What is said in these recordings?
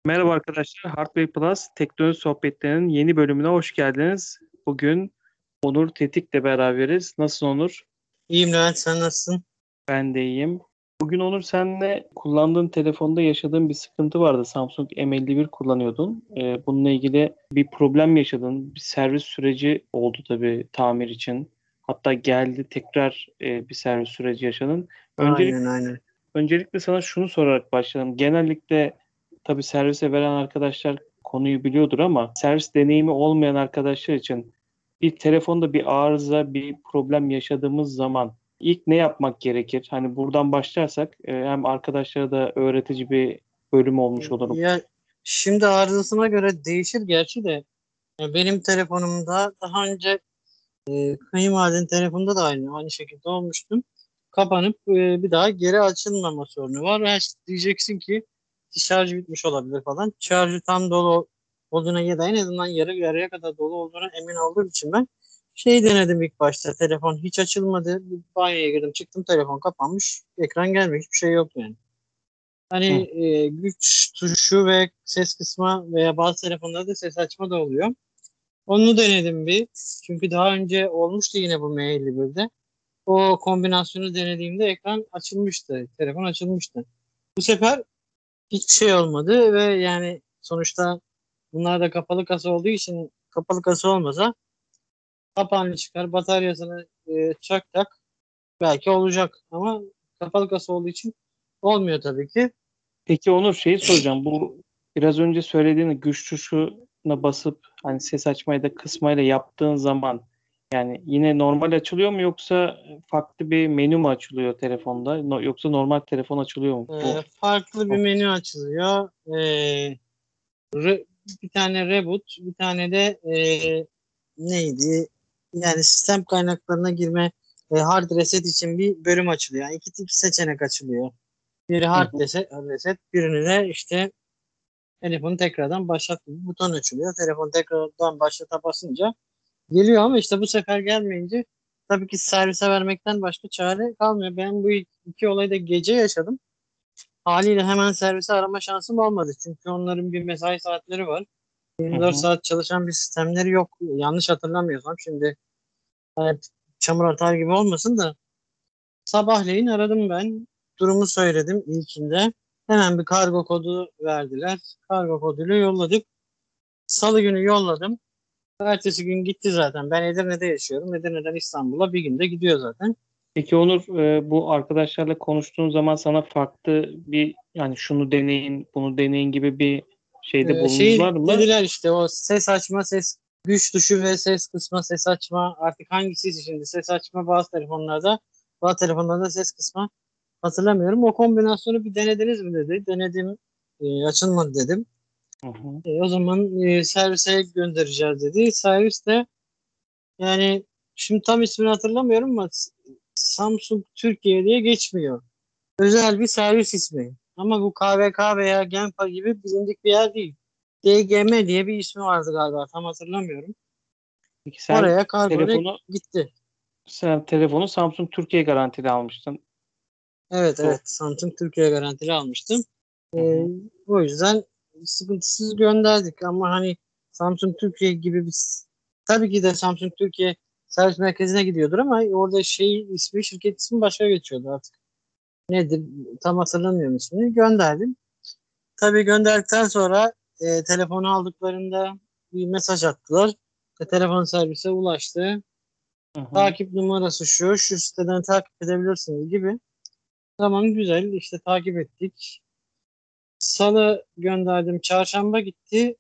Merhaba arkadaşlar, Hardware Plus teknoloji sohbetlerinin yeni bölümüne hoş geldiniz. Bugün Onur Tetik'le beraberiz. Nasılsın Onur? İyiyim Levent, sen nasılsın? Ben de iyiyim. Bugün Onur senle kullandığın telefonda yaşadığın bir sıkıntı vardı. Samsung M51 kullanıyordun. Bununla ilgili bir problem yaşadın. Bir servis süreci oldu tabii tamir için. Hatta geldi tekrar bir servis süreci yaşadın. Aynen aynen. Öncelikle sana şunu sorarak başlayalım. Genellikle tabii servise veren arkadaşlar konuyu biliyordur ama servis deneyimi olmayan arkadaşlar için bir telefonda bir arıza, bir problem yaşadığımız zaman ilk ne yapmak gerekir? Hani buradan başlarsak hem arkadaşlara da öğretici bir bölüm olmuş olur. Ya şimdi arızasına göre değişir gerçi de benim telefonumda daha önce kayınvalidenin telefonunda da aynı şekilde olmuştum. Kapanıp bir daha geri açılmama sorunu var. Diyeceksin ki şarj bitmiş olabilir falan. Şarjı tam dolu olduğuna ya da en azından yarıya kadar dolu olduğuna emin olduğum için ben denedim ilk başta. Telefon hiç açılmadı. Bir banyoya girdim çıktım, telefon kapanmış. Ekran gelmiyor. Hiçbir şey yok yani. Hı. Hani güç tuşu ve ses kısma veya bazı telefonlarda ses açma da oluyor. Onu denedim bir. Çünkü daha önce olmuştu yine bu M51'de. O kombinasyonu denediğimde ekran açılmıştı. Telefon açılmıştı. Bu sefer hiçbir şey olmadı ve yani sonuçta bunlar da kapalı kasa olduğu için, kapalı kasa olmasa kapağını çıkar, bataryasını çak tak belki olacak ama kapalı kasa olduğu için olmuyor tabii ki. Peki Onur şeyi soracağım. Bu biraz önce söylediğin güç tuşuna basıp hani ses açmayı da kısmayla yaptığın zaman yani yine normal açılıyor mu yoksa farklı bir menü mü açılıyor telefonda? Yoksa normal telefon açılıyor mu bu? Farklı bir menü açılıyor. Bir tane reboot, bir tane de neydi? Yani sistem kaynaklarına girme, hard reset için bir bölüm açılıyor. Yani iki seçenek açılıyor. Biri Hı hard hı. reset, birini de işte telefonu tekrardan başlat gibi buton açılıyor. Telefonu tekrardan başlata basınca geliyor ama işte bu sefer gelmeyince tabii ki servise vermekten başka çare kalmıyor. Ben bu iki olayı da gece yaşadım. Haliyle hemen servisi arama şansım olmadı. Çünkü onların bir mesai saatleri var. Hı 24 hı. saat çalışan bir sistemleri yok. Yanlış hatırlamıyorsam şimdi evet, çamur atar gibi olmasın da sabahleyin aradım ben. Durumu söyledim ilkinde. Hemen bir kargo kodu verdiler. Kargo koduyla yolladık. Salı günü yolladım. Ertesi gün gitti zaten. Ben Edirne'de yaşıyorum. Edirne'den İstanbul'a bir günde gidiyor zaten. Peki Onur, bu arkadaşlarla konuştuğun zaman sana farklı bir yani şunu deneyin, bunu deneyin gibi bir şeyde bulundular mı? Dediler işte o ses açma, ses güç tuşu ve ses kısma, ses açma artık hangisi şimdi ses açma bazı telefonlarda ses kısma hatırlamıyorum. O kombinasyonu bir denediniz mi dedi. Denedim, açılmadı dedim. Hı hı. O zaman servise göndereceğiz dedi. Servis de yani şimdi tam ismini hatırlamıyorum ama Samsung Türkiye diye geçmiyor. Özel bir servis ismi. Ama bu KVK veya Genpa gibi bilindik bir yer değil. DGM diye bir ismi vardı galiba. Tam hatırlamıyorum. Peki Oraya kargoyla telefonu gitti. sen telefonu Samsung Türkiye garantili almıştın. Evet Doğru. evet. Samsung Türkiye garantili almıştım. Hı Ee, hı. O yüzden sıkıntısız gönderdik. Ama hani Samsung Türkiye gibi bir tabii ki de Samsung Türkiye servis merkezine gidiyordur ama orada şirket ismi başka geçiyordu artık. Nedir? Tam hatırlamıyorum ismini. Gönderdim. Tabii gönderdikten sonra telefonu aldıklarında bir mesaj attılar. Telefon servise ulaştı. Hı hı. Takip numarası şu siteden takip edebilirsiniz gibi. Tamam güzel işte takip ettik. Salı gönderdim. Çarşamba gitti.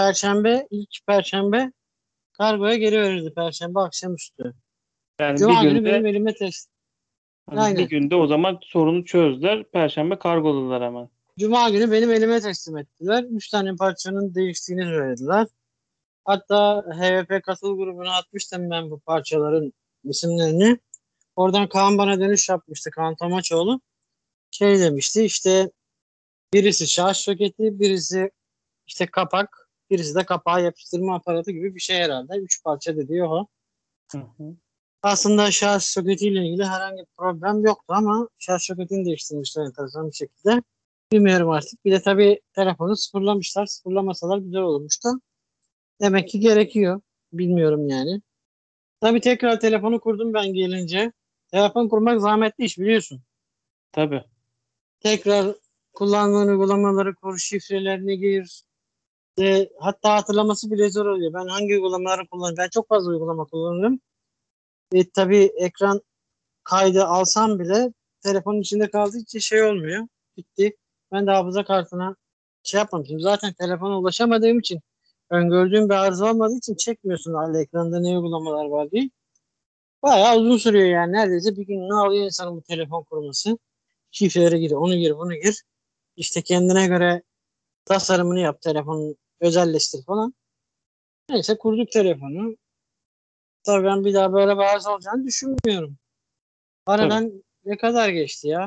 İlk perşembe kargoya geri verildi. Perşembe akşamüstü. Yani bir Cuma günü benim günde elime test. bir Aynen. günde o zaman sorunu çözdüler. Perşembe kargoladılar hemen. Cuma günü benim elime teslim ettiler. 3 tane parçanın değiştiğini söylediler. Hatta HVP katıl grubuna atmıştım ben bu parçaların isimlerini. Oradan Kaan bana dönüş yapmıştı. Kaan Tomaçoğlu. Demişti işte birisi şarj soketi, birisi işte kapak, birisi de kapağı yapıştırma aparatı gibi bir şey herhalde. 3 parça dedi o. Hı hı. Aslında şarj soketiyle ilgili herhangi bir problem yoktu ama şarj soketini değiştirmişler enteresan bir şekilde. Bilmiyorum artık. Bir de tabii telefonu sıfırlamışlar. Sıfırlamasalar güzel olurmuş da. Demek ki gerekiyor. Bilmiyorum yani. Tabii tekrar telefonu kurdum ben gelince. Telefon kurmak zahmetli iş biliyorsun. Tabii. Tekrar kullandığın uygulamaları kur, şifrelerini gir. Hatta hatırlaması bile zor oluyor. Ben hangi uygulamaları kullanıyorum? Ben çok fazla uygulama kullanırım. Tabii ekran kaydı alsam bile telefonun içinde kaldığı için şey olmuyor. Bitti. Ben de hafıza kartına şey yapmamışım. Zaten telefona ulaşamadığım için öngördüğüm bir arıza olmadığı için çekmiyorsun hala ekranda ne uygulamalar var diye. Bayağı uzun sürüyor yani. Neredeyse bir gün ne alıyor insanın bu telefon kurması. Şifreleri gir, onu gir, bunu gir. İşte kendine göre tasarımını yap, telefonun özelleştir falan. Neyse kurduk telefonu. Tabii ben bir daha böyle bir arıza olacağını düşünmüyorum. Tabii. Aradan ne kadar geçti ya?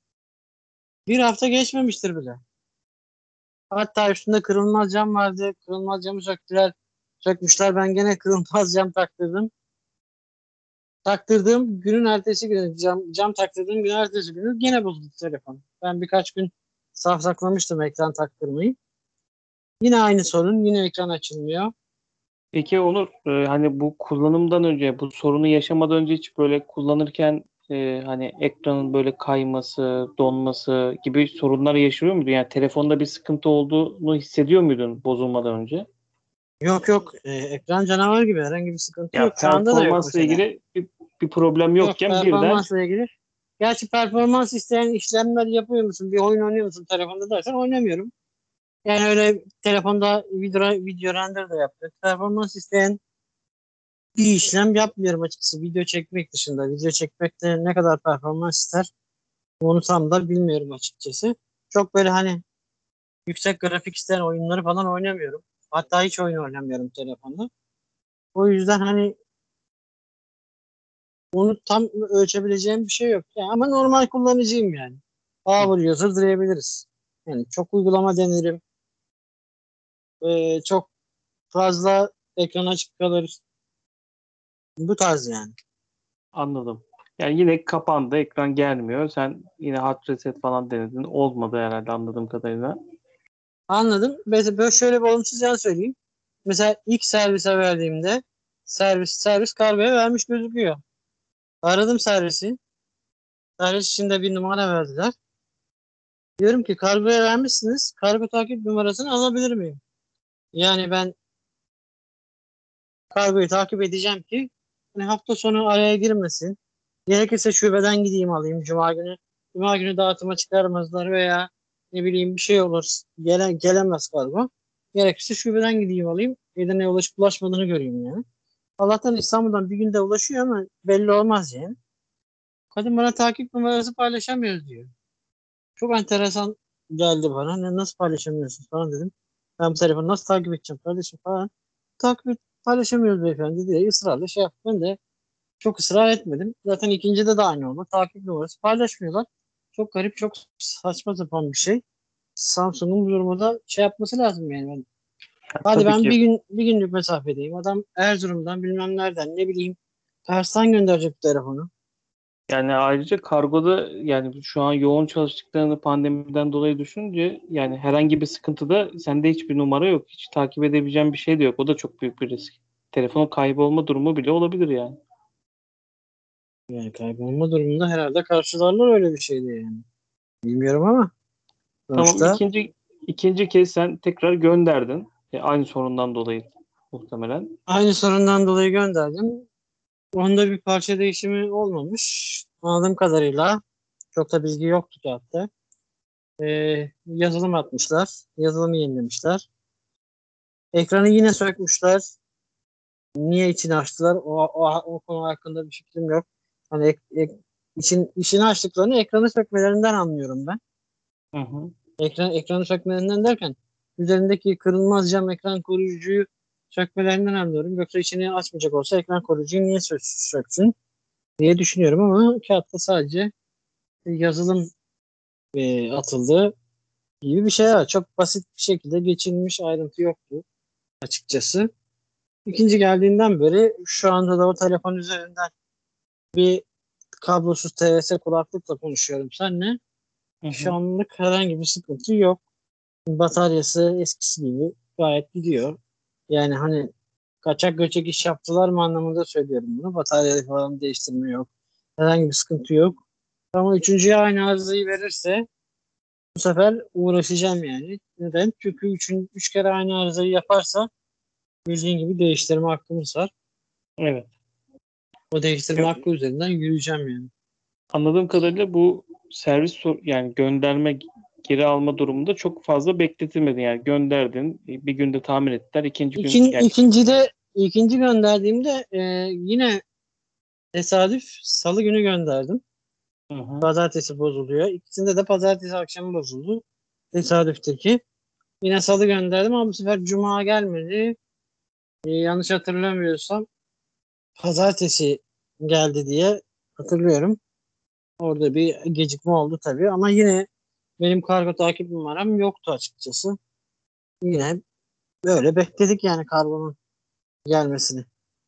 Bir hafta geçmemiştir bile. Hatta üstünde kırılmaz cam vardı. Kırılmaz camı söktüler. Sökmüşler. Ben gene kırılmaz cam taktırdım. Taktırdığım günün ertesi günü cam taktırdığım gün ertesi günü gene bozuldu telefon. Ben birkaç gün saklamıştım ekran taktırmayı. Yine aynı sorun. Yine ekran açılmıyor. Peki Onur, hani bu kullanımdan önce, bu sorunu yaşamadan önce hiç böyle kullanırken hani ekranın böyle kayması, donması gibi sorunlar yaşıyor muydun? Yani telefonda bir sıkıntı olduğunu hissediyor muydun bozulmadan önce? Yok yok. Ekran canavar gibi herhangi bir sıkıntı yok. Ya Şu anda da yok performansla mesela. ilgili bir problem Yok yokken birden performansla ilgili. Gerçi performans isteyen işlemler yapıyor musun? Bir oyun oynuyor musun telefonda dersen oynamıyorum. Yani öyle telefonda video render de yaptık. Performans isteyen bir işlem yapmıyorum açıkçası. Video çekmek dışında. Video çekmekte ne kadar performans ister onu tam da bilmiyorum açıkçası. Çok böyle hani yüksek grafik isteyen oyunları falan oynamıyorum. Hatta hiç oyun oynamıyorum telefonda. O yüzden hani onu tam ölçebileceğim bir şey yok. Yani ama normal kullanıcıyım yani. Power user diyebiliriz. Yani çok uygulama denerim. Çok fazla ekran açık kalır. Bu tarz yani. anladım. Yani yine kapandı, ekran gelmiyor. Sen yine hard reset falan denedin. Olmadı herhalde anladığım kadarıyla. Anladım. Mesela böyle şöyle bir olumsuz yan söyleyeyim. Mesela ilk servise verdiğimde servis kargoya vermiş gözüküyor. Aradım servisi. Servis içinde bir numara verdiler. Diyorum ki kargoya vermişsiniz. Kargo takip numarasını alabilir miyim? Yani ben kargoyu takip edeceğim ki hani hafta sonu araya girmesin. Gerekirse şubeden gideyim alayım Cuma günü. Cuma günü dağıtıma çıkarmazlar veya ne bileyim bir şey olur. Gelemez kargo. Gerekirse şubeden gideyim alayım. Edirne'ye ulaşıp ulaşmadığını göreyim yani. Allah'tan İstanbul'dan bir günde ulaşıyor ama belli olmaz yani. Kadın bana takip numarası paylaşamıyoruz diyor. Çok enteresan geldi bana. Nasıl paylaşamıyorsun falan dedim. Ben bu telefonu nasıl takip edeceğim kardeşim falan. Paylaşamıyoruz beyefendi diye ısrarla şey yaptı. Ben de çok ısrar etmedim. Zaten ikincide de aynı oldu. Takip numarası paylaşmıyorlar. Çok garip, çok saçma sapan bir şey. Samsung'un bu durumda şey yapması lazım yani. Hadi Tabii ben ki. bir günlük mesafedeyim. Adam Erzurum'dan bilmem nereden ne bileyim Kars'tan gönderecek telefonu. Yani ayrıca kargoda yani şu an yoğun çalıştıklarını pandemiden dolayı düşününce yani herhangi bir sıkıntıda sende hiçbir numara yok. Hiç takip edebileceğin bir şey de yok. O da çok büyük bir risk. Telefonun kaybolma durumu bile olabilir yani. Yani kaybolma durumunda herhalde karşılarlar öyle bir şeydi yani. Bilmiyorum ama Tamam, sonuçta ikinci kez sen tekrar gönderdin. Aynı sorundan dolayı muhtemelen. aynı sorundan dolayı gönderdim. Onda bir parça değişimi olmamış. Anladığım kadarıyla çok da bilgi yoktu kağıtta. Yazılım atmışlar. Yazılımı yenilemişler. Ekranı yine sökmüşler. Niye içini açtılar? O konu hakkında bir fikrim yok. Hani içini açtıklarını ekranı sökmelerinden anlıyorum ben. Hı hı. Ekranı sökmelerinden derken üzerindeki kırılmaz cam ekran koruyucuyu sökmelerinden anlıyorum. Yoksa içini açmayacak olsa ekran koruyucuyu niye söksün diye düşünüyorum ama kağıtta sadece yazılım atıldı gibi bir şey var. Çok basit bir şekilde geçilmiş ayrıntı yoktu açıkçası. İkinci geldiğinden beri şu anda da o telefon üzerinden bir kablosuz TVS kulaklıkla konuşuyorum seninle. Hı Şu hı. anlık herhangi bir sıkıntı yok. Bataryası eskisi gibi gayet gidiyor. Yani hani kaçak göçek iş yaptılar mı anlamında söylüyorum bunu. Bataryayı falan değiştirme yok. Herhangi bir sıkıntı yok. Ama üçüncüye aynı arızayı verirse bu sefer uğraşacağım yani. Neden? Çünkü üç kere aynı arızayı yaparsa bildiğin gibi değiştirme hakkımız var. Evet. O değiştirme Yok, hakkı üzerinden yürüyeceğim yani. anladığım kadarıyla bu yani gönderme geri alma durumunda çok fazla bekletilmedi. Yani gönderdin, bir günde tamir ettiler. İkinci gün yani İkinci gönderdiğimde yine tesadüf salı günü gönderdim. hı hı. Pazartesi bozuluyor. İkisinde de pazartesi akşamı bozuldu. Tesadüftür ki. Yine salı gönderdim ama bu sefer cuma gelmedi. Yanlış hatırlamıyorsam pazartesi geldi diye hatırlıyorum. Orada bir gecikme oldu tabii ama yine benim kargo takip numaram yoktu açıkçası. Yine böyle bekledik yani kargonun gelmesini.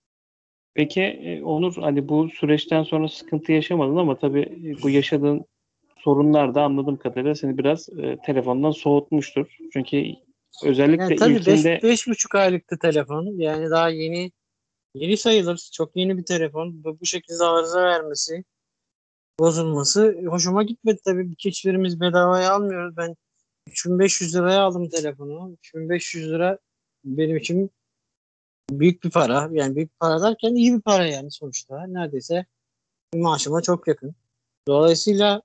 Peki Onur, hani bu süreçten sonra sıkıntı yaşamadın ama tabii bu yaşadığın sorunlar da anladığım kadarıyla seni biraz telefondan soğutmuştur. Çünkü Yani özellikle tabii ilkinde 5,5 aylıktı telefon. Yani daha yeni sayılır. Çok yeni bir telefon. Bu şekilde arıza vermesi, bozulması hoşuma gitmedi tabii. Hiçbirimiz bedavaya almıyoruz. Ben 3500 liraya aldım telefonu. 3500 lira benim için büyük bir para. Yani büyük para derken iyi bir para yani sonuçta. Neredeyse bir maaşıma çok yakın. Dolayısıyla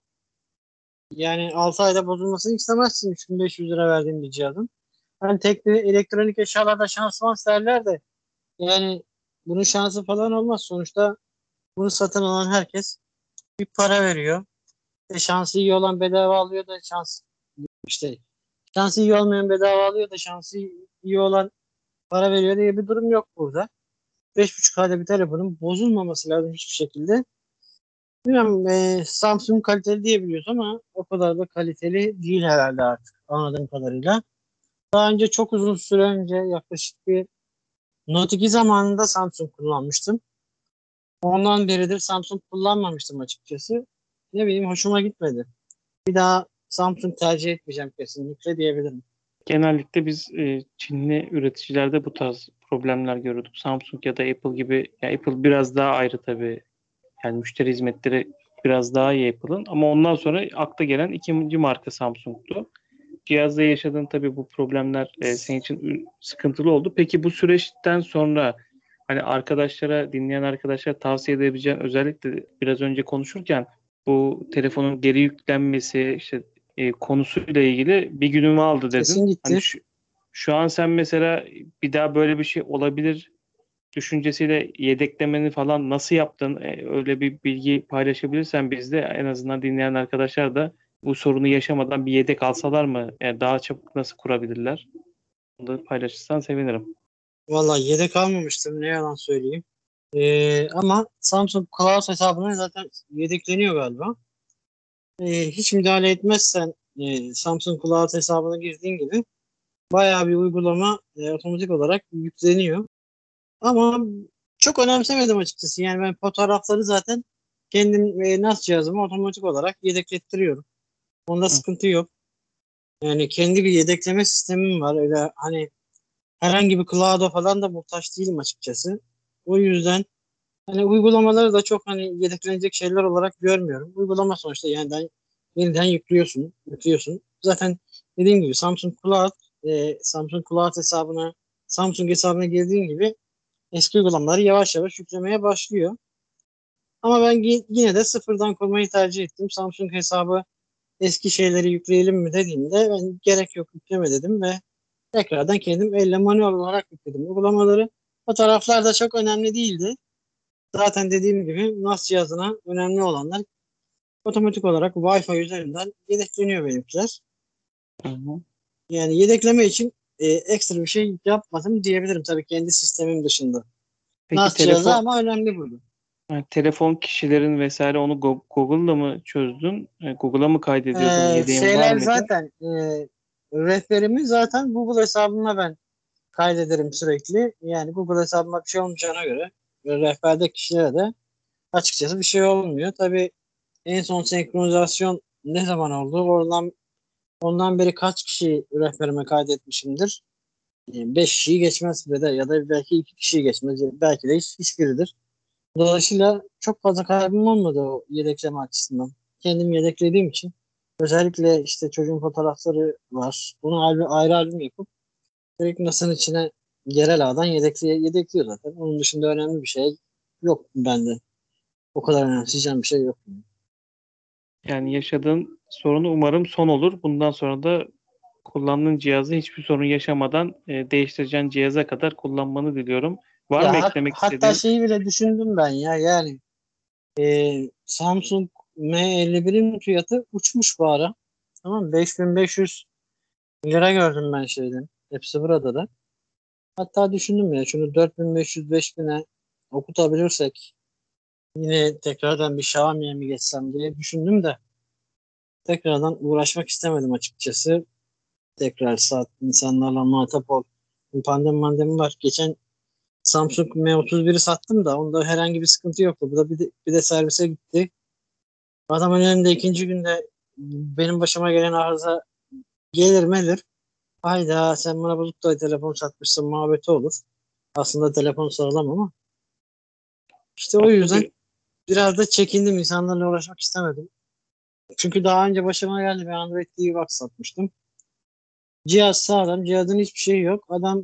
yani 6 ayda bozulmasını istemezsin 3500 lira verdiğin bir cihazın. Hani elektronik eşyalarda şans mans derler de yani bunun şansı falan olmaz. Sonuçta bunu satın alan herkes bir para veriyor. Şansı iyi olan bedava alıyor da işte şansı iyi olmayan bedava alıyor da şansı iyi olan para veriyor diye bir durum yok burada. 5,5 ayda bir telefonun bozulmaması lazım hiçbir şekilde. Bilmiyorum Samsung kaliteli diyebiliyoruz ama o kadar da kaliteli değil herhalde artık anladığım kadarıyla. Daha önce çok uzun süre önce yaklaşık bir Note 2 zamanında Samsung kullanmıştım. Ondan beridir Samsung kullanmamıştım açıkçası. Ne bileyim hoşuma gitmedi. Bir daha Samsung tercih etmeyeceğim kesinlikle diyebilirim. genellikle biz Çinli üreticilerde bu tarz problemler görüyorduk. Samsung ya da Apple gibi. Ya Apple biraz daha ayrı tabii. Yani müşteri hizmetleri biraz daha iyi Apple'ın. Ama ondan sonra akla gelen ikinci marka Samsung'tu. Cihazda yaşadığın tabii bu problemler senin için sıkıntılı oldu. Peki bu süreçten sonra hani dinleyen arkadaşlara tavsiye edebileceğin, özellikle biraz önce konuşurken bu telefonun geri yüklenmesi işte konusuyla ilgili bir günümü aldı Sesin dedin. Hani gitti. şu an sen mesela bir daha böyle bir şey olabilir düşüncesiyle yedeklemeni falan nasıl yaptın? Öyle bir bilgi paylaşabilirsen bizde, en azından dinleyen arkadaşlar da bu sorunu yaşamadan bir yedek alsalar mı? Yani daha çabuk nasıl kurabilirler? Bunu da paylaşırsan sevinirim. Vallahi yedek almamıştım ne yalan söyleyeyim. Ama Samsung Cloud hesabına zaten yedekleniyor galiba. Hiç müdahale etmezsen Samsung Cloud hesabına girdiğin gibi bayağı bir uygulama otomatik olarak yükleniyor. Ama çok önemsemedim açıkçası. Yani ben fotoğrafları zaten kendim NAS cihazıma otomatik olarak yedeklettiriyorum. Onda Hı. sıkıntı yok. Yani kendi bir yedekleme sistemim var. Öyle hani herhangi bir cloud'a falan da muhtaç değilim açıkçası. O yüzden hani uygulamaları da çok hani yedeklenecek şeyler olarak görmüyorum. Uygulama sonuçta yeniden yüklüyorsun. Zaten dediğim gibi Samsung Cloud Samsung hesabına girdiğin gibi eski uygulamaları yavaş yavaş yüklemeye başlıyor. Ama ben yine de sıfırdan kurmayı tercih ettim. Samsung hesabı eski şeyleri yükleyelim mi dediğimde ben gerek yok yükleme dedim ve tekrardan kendim elle manuel olarak yükledim uygulamaları. Fotoğraflar da çok önemli değildi. Zaten dediğim gibi NAS cihazına önemli olanlar otomatik olarak Wi-Fi üzerinden yedekleniyor benimkiler. Hı hı. Yani yedekleme için ekstra bir şey yapmadım diyebilirim tabii kendi sistemim dışında. Peki NAS cihazı ama önemli burada. telefon kişilerin vesaire onu Google'la mı çözdün? Google'a mı kaydediyordun? Yedeğin var Şeyler mıydı? zaten rehberimi zaten Google hesabıma ben kaydederim sürekli. Yani Google hesabıma bir şey olmayacağına göre rehberdeki kişilere de açıkçası bir şey olmuyor. Tabii en son senkronizasyon ne zaman oldu? Ondan beri kaç kişi rehberime kaydetmişimdir? 5 kişiyi geçmez bile de, ya da belki 2 kişiyi geçmez. Belki de hiçbiridir. Dolayısıyla çok fazla kaybım olmadı o yedekleme açısından. Kendim yedeklediğim için. Özellikle işte çocuğun fotoğrafları var. Bunu ayrı albüm yapıp direkt masanın içine yerel ağdan yedekliyor zaten. Onun dışında önemli bir şey yok bende. O kadar önemseyeceğim bir şey yok. Yani yaşadığın sorunu umarım son olur. Bundan sonra da kullandığın cihazı hiçbir sorun yaşamadan değiştireceğin cihaza kadar kullanmanı diliyorum. Var mı Ya eklemek hatta istediğin? şeyi bile düşündüm ben ya, yani Samsung M51'in fiyatı uçmuş bu ara. Tamam mı? 5500 lira gördüm ben şeyden. Hepsi burada da. Hatta düşündüm ya, şunu 4500-5000'e okutabilirsek yine tekrardan bir Xiaomi'ye mi geçsem diye düşündüm de tekrardan uğraşmak istemedim açıkçası. Tekrar saat insanlarla muhatap ol. Pandemi var. Geçen Samsung M31'i sattım da onda herhangi bir sıkıntı yoktu. Bu da bir de servise gitti. Adamın önünde ikinci günde benim başıma gelen arıza gelir. Hayda, sen bana bozuk da telefon satmışsın muhabbeti olur. Aslında telefon sağlam ama işte Ya o yüzden tabii, biraz da çekindim, insanlarla uğraşmak istemedim. Çünkü daha önce başıma geldi, bir Android TV Box satmıştım. Cihaz sağlam, cihazın hiçbir şeyi yok. Adam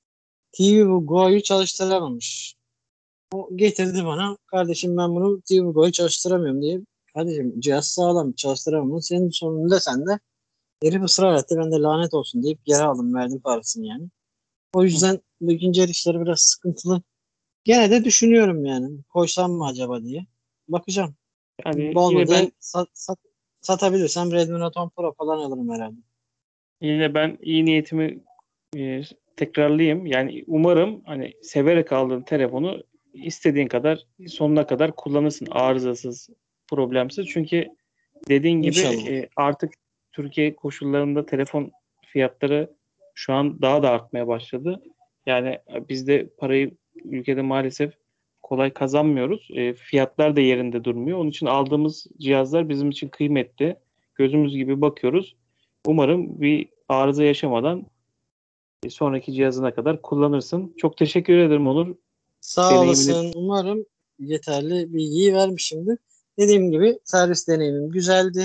TV Go'yu çalıştıramamış. O getirdi bana, kardeşim ben bunu TV Go'yu çalıştıramıyorum diye. Kardeşim cihaz sağlam, çalıştıramam. Senin sorunun da sende. Herif ısrar etti. Ben de lanet olsun deyip geri aldım. Verdim parasını yani. O hı, yüzden bu ikinci el işleri biraz sıkıntılı. Gene de düşünüyorum yani. Koysam mı acaba diye. Bakacağım. yani yine Olmadı ben satabilirsem Redmi Note 10 Pro falan alırım herhalde. yine ben iyi niyetimi e, tekrarlayayım. Yani umarım hani severek aldığın telefonu istediğin kadar sonuna kadar kullanırsın, arızasız, problemsiz. Çünkü dediğin gibi İnşallah. artık Türkiye koşullarında telefon fiyatları şu an daha da artmaya başladı. Yani biz de parayı ülkede maalesef kolay kazanmıyoruz. Fiyatlar da yerinde durmuyor. Onun için aldığımız cihazlar bizim için kıymetli. Gözümüz gibi bakıyoruz. Umarım bir arıza yaşamadan sonraki cihazına kadar kullanırsın. Çok teşekkür ederim Onur. Sağ Deneyimini olasın. Umarım yeterli bilgiyi vermişimdir. Dediğim gibi servis deneyimim güzeldi.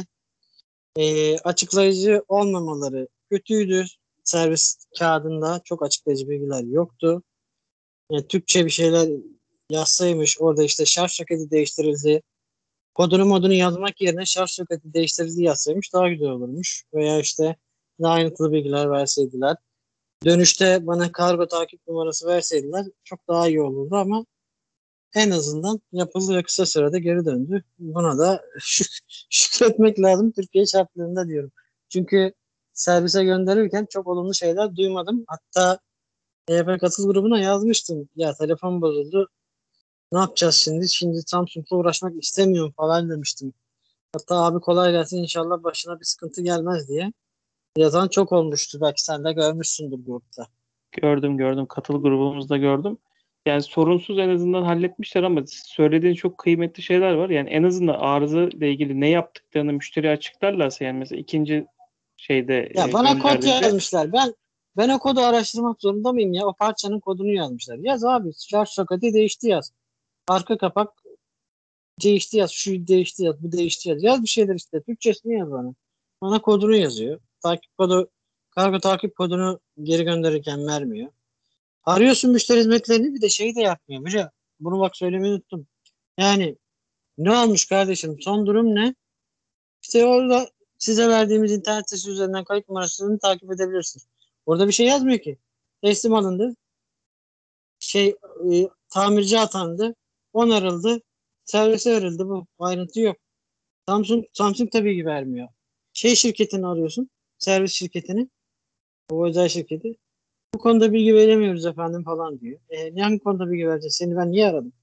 Açıklayıcı olmamaları kötüydü. Servis kağıdında çok açıklayıcı bilgiler yoktu. Türkçe bir şeyler yazsaymış, orada işte şarj soketi değiştirildi. Modunu yazmak yerine şarj soketi değiştirildi yazsaymış daha güzel olurmuş. Veya işte daha ayrıntılı bilgiler verseydiler. Dönüşte bana kargo takip numarası verseydiler çok daha iyi olurdu ama en azından yapıldı ve kısa sürede geri döndü. Buna da şükretmek lazım Türkiye şartlarında diyorum. Çünkü servise gönderirken çok olumlu şeyler duymadım. Hatta EYP katıl grubuna yazmıştım. Ya telefon bozuldu. Ne yapacağız şimdi? Şimdi Samsung'la uğraşmak istemiyorum falan demiştim. Hatta abi kolay gelsin, inşallah başına bir sıkıntı gelmez diye. Yazan çok olmuştu. Belki sen de görmüşsündür grupta. gördüm. Katıl grubumuzda gördüm. Yani sorunsuz en azından halletmişler ama söylediğin çok kıymetli şeyler var. Yani en azından arıza ile ilgili ne yaptıklarını müşteriye açıklarlarsa, yani mesela ikinci şeyde Ya bana kod gönderdiğinde yazmışlar. Ben o kodu araştırmak zorunda mıyım ya? O parçanın kodunu yazmışlar. Yaz abi. Şarj soketi değişti yaz. Arka kapak değişti yaz. Şu değişti yaz. Bu değişti yaz. Yaz bir şeyler işte. Türkçesini yaz bana. Bana kodunu yazıyor. Kargo takip kodunu geri gönderirken vermiyor. Arıyorsun müşteri hizmetlerini, bir de şey de yapmıyor. Biliyor. Bunu bak söylemeyi unuttum. Yani ne olmuş kardeşim? Son durum ne? İşte orada size verdiğimiz internet sitesi üzerinden kayıt numarasını takip edebilirsiniz. Orada bir şey yazmıyor ki. Teslim alındı. Şey tamirci atandı. Onarıldı. Servise verildi, bu. Ayrıntı yok. Samsung tabii ki vermiyor. Şirketini arıyorsun. Servis şirketini. O özel şirketi. Bu konuda bilgi veremiyoruz efendim falan diyor. Hangi konuda bilgi vereceğiz? Seni ben niye aradım?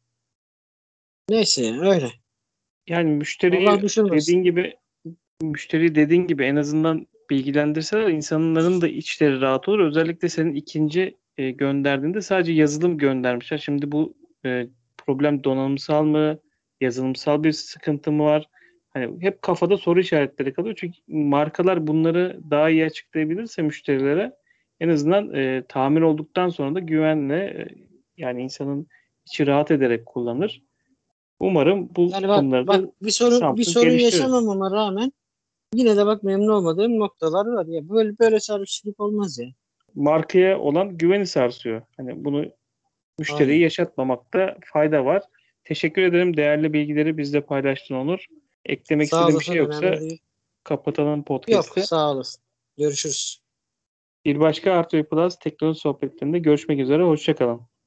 Neyse yani öyle. yani Allah düşürmesin. müşteri dediğin gibi en azından bilgilendirseler insanların da içleri rahat olur. Özellikle senin ikinci gönderdiğinde sadece yazılım göndermişler. Şimdi bu problem donanımsal mı, yazılımsal bir sıkıntı mı var? Hani hep kafada soru işaretleri kalıyor. Çünkü markalar bunları daha iyi açıklayabilirse müşterilere en azından tamir olduktan sonra da güvenle yani insanın içi rahat ederek kullanır. Umarım bu Yani bak konularda bir Samsung sorun geliştirir. yaşamamama rağmen yine de bak memnun olmadığım noktalar var ya. Böyle servisçilik olmaz ya. Markaya olan güveni sarsıyor. Hani bunu müşteriyi Aynen. yaşatmamakta fayda var. Teşekkür ederim. Değerli bilgileri bizle paylaştın Onur. Eklemek Sağ istediğim bir şey olasın, önemli yoksa değil. kapatalım Yok, podcast'i. sağ olasın. Görüşürüz. Bir başka Artoy Plus teknoloji sohbetlerinde görüşmek üzere. Hoşça kalın.